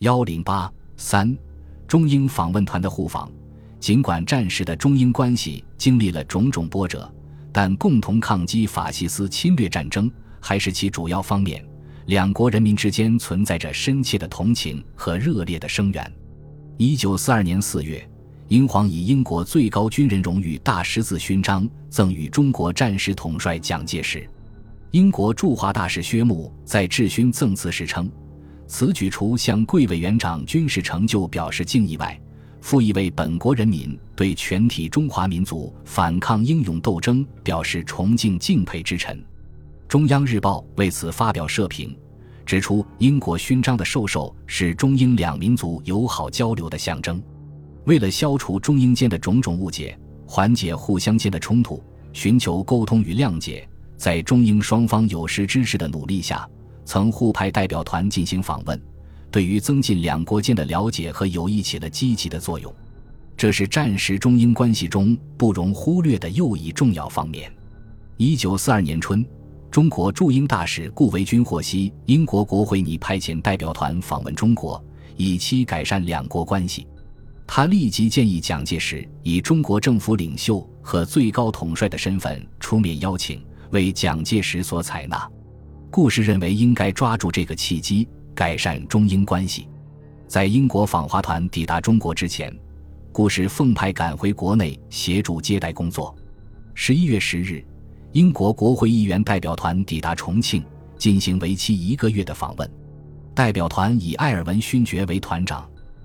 108.3中英访问团的互访。尽管战时的中英关系经历了种种波折，但共同抗击法西斯侵略战争还是其主要方面，两国人民之间存在着深切的同情和热烈的声援。1942年4月，英皇以英国最高军人荣誉大十字勋章赠予中国战时统帅蒋介石。英国驻华大使薛穆在致勋赠词时称，此举除向贵委员长军事成就表示敬意外，附意为本国人民对全体中华民族反抗英勇斗争表示崇敬敬佩之臣。中央日报为此发表社评，指出英国勋章的授受是中英两民族友好交流的象征。为了消除中英间的种种误解，缓解互相间的冲突，寻求沟通与谅解，在中英双方有识之士的努力下，曾互派代表团进行访问，对于增进两国间的了解和友谊起了积极的作用。这是战时中英关系中不容忽略的又一重要方面。1942年春，中国驻英大使顾维钧获悉英国国会拟派遣代表团访问中国，以期改善两国关系。他立即建议蒋介石以中国政府领袖和最高统帅的身份出面邀请，为蒋介石所采纳。顾氏认为应该抓住这个契机，改善中英关系。在英国访华团抵达中国之前，顾氏奉派赶回国内协助接待工作。11月10日，英国国会议员代表团抵达重庆，进行为期1个月的访问。代表团以埃尔文勋爵为团长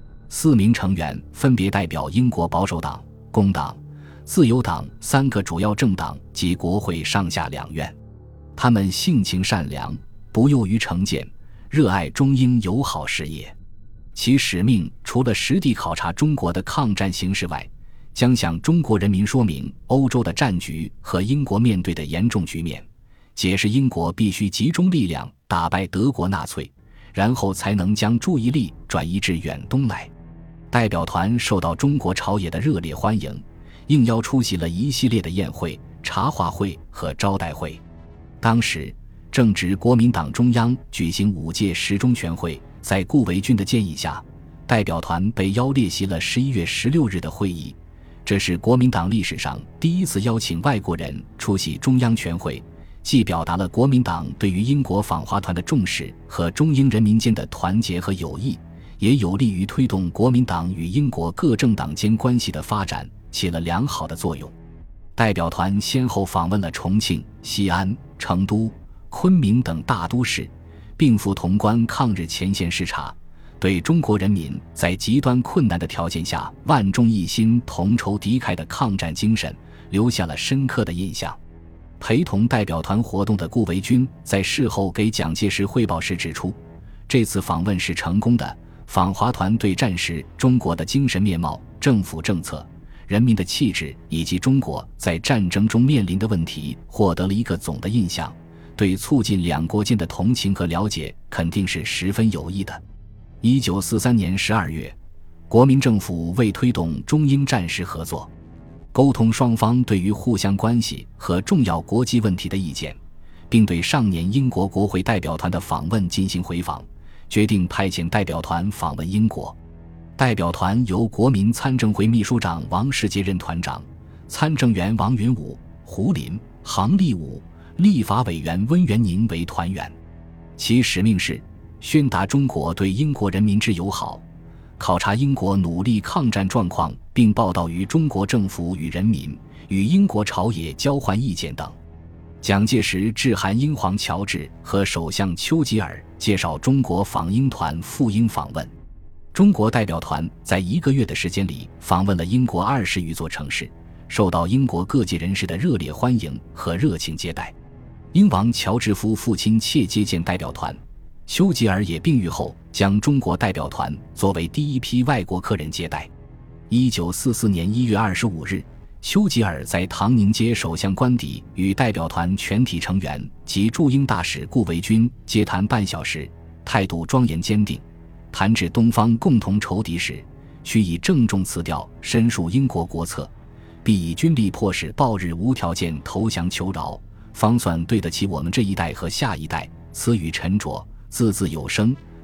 ，4名成员分别代表英国保守党、工党、自由党3个主要政党及国会上下两院。他们性情善良，不囿于成见，热爱中英友好事业。其使命除了实地考察中国的抗战形势外，将向中国人民说明欧洲的战局和英国面对的严重局面，解释英国必须集中力量打败德国纳粹，然后才能将注意力转移至远东来。代表团受到中国朝野的热烈欢迎，应邀出席了一系列的宴会、茶话会和招待会。当时正值国民党中央举行5届十中全会，在顾维钧的建议下，代表团被邀列席了11月16日的会议。这是国民党历史上第一次邀请外国人出席中央全会，既表达了国民党对于英国访华团的重视和中英人民间的团结和友谊，也有利于推动国民党与英国各政党间关系的发展，起了良好的作用。代表团先后访问了重庆、西安、成都、昆明等大都市，并赴潼关抗日前线视察，对中国人民在极端困难的条件下万众一心、同仇敌忾的抗战精神留下了深刻的印象。陪同代表团活动的顾维钧在事后给蒋介石汇报时指出，这次访问是成功的，访华团对战时中国的精神面貌、政府政策、人民的气质以及中国在战争中面临的问题获得了一个总的印象，对促进两国间的同情和了解肯定是十分有益的。1943年12月，国民政府为推动中英战时合作，沟通双方对于互相关系和重要国际问题的意见，并对上年英国国会代表团的访问进行回访，决定派遣代表团访问英国。代表团由国民参政会秘书长王世杰任团长，参政员王云武、胡林、杭立武、立法委员温元宁为团员。其使命是宣达中国对英国人民之友好，考察英国努力抗战状况，并报道于中国政府与人民，与英国朝野交换意见等。蒋介石致函英皇乔治和首相丘吉尔，介绍中国访英团赴英访问。中国代表团在1个月的时间里访问了英国20余座城市，受到英国各界人士的热烈欢迎和热情接待。英王乔治夫父亲切接见代表团，丘吉尔也病愈后将中国代表团作为第一批外国客人接待。1944年1月25日，丘吉尔在唐宁街首相官邸与代表团全体成员及驻英大使顾维钧接谈半小时，态度庄严坚定。谈至东方共同仇敌时，须以郑重词调申述英国国策，必以军力迫使暴日无条件投降求饶，方算对得起我们这一代和下一代。词语沉着，字字有声，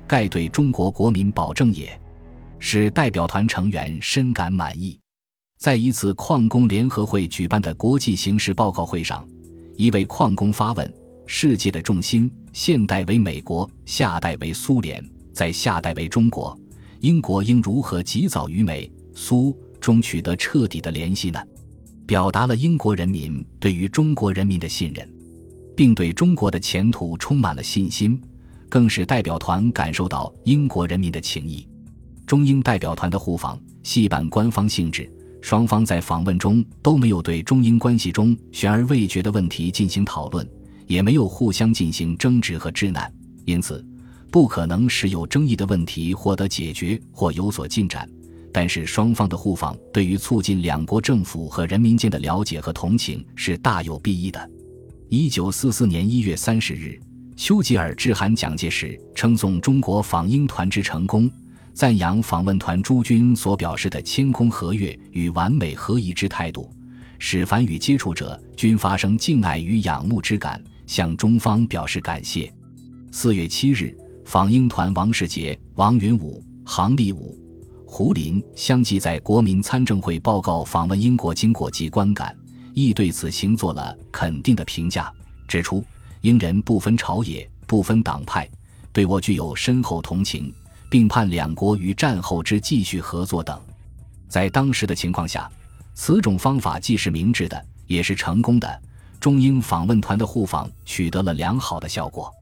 盖对中国国民保证也，使代表团成员深感满意。在一次矿工联合会举办的国际形势报告会上，一位矿工发问：世界的重心现代为美国，下代为苏联，在下代为中国，英国应如何及早与美、苏、中取得彻底的联系呢？表达了英国人民对于中国人民的信任，并对中国的前途充满了信心，更使代表团感受到英国人民的情谊。中英代表团的互访系半官方性质，双方在访问中都没有对中英关系中悬而未决的问题进行讨论，也没有互相进行争执和质难，因此不可能使有争议的问题获得解决或有所进展。但是双方的互访对于促进两国政府和人民间的了解和同情是大有裨益的。1944年1月30日，丘吉尔致函蒋介石，称颂中国访英团之成功，赞扬访问团诸君所表示的谦恭和悦与完美合宜之态度，使凡与接触者均发生敬爱与仰慕之感，向中方表示感谢。4月7日，访英团王世杰、王云武、杭立武、胡林相继在国民参政会报告访问英国经过及观感，亦对此行做了肯定的评价，指出英人不分朝野，不分党派，对我具有深厚同情，并盼两国于战后之继续合作等。在当时的情况下，此种方法既是明智的，也是成功的，中英访问团的互访取得了良好的效果。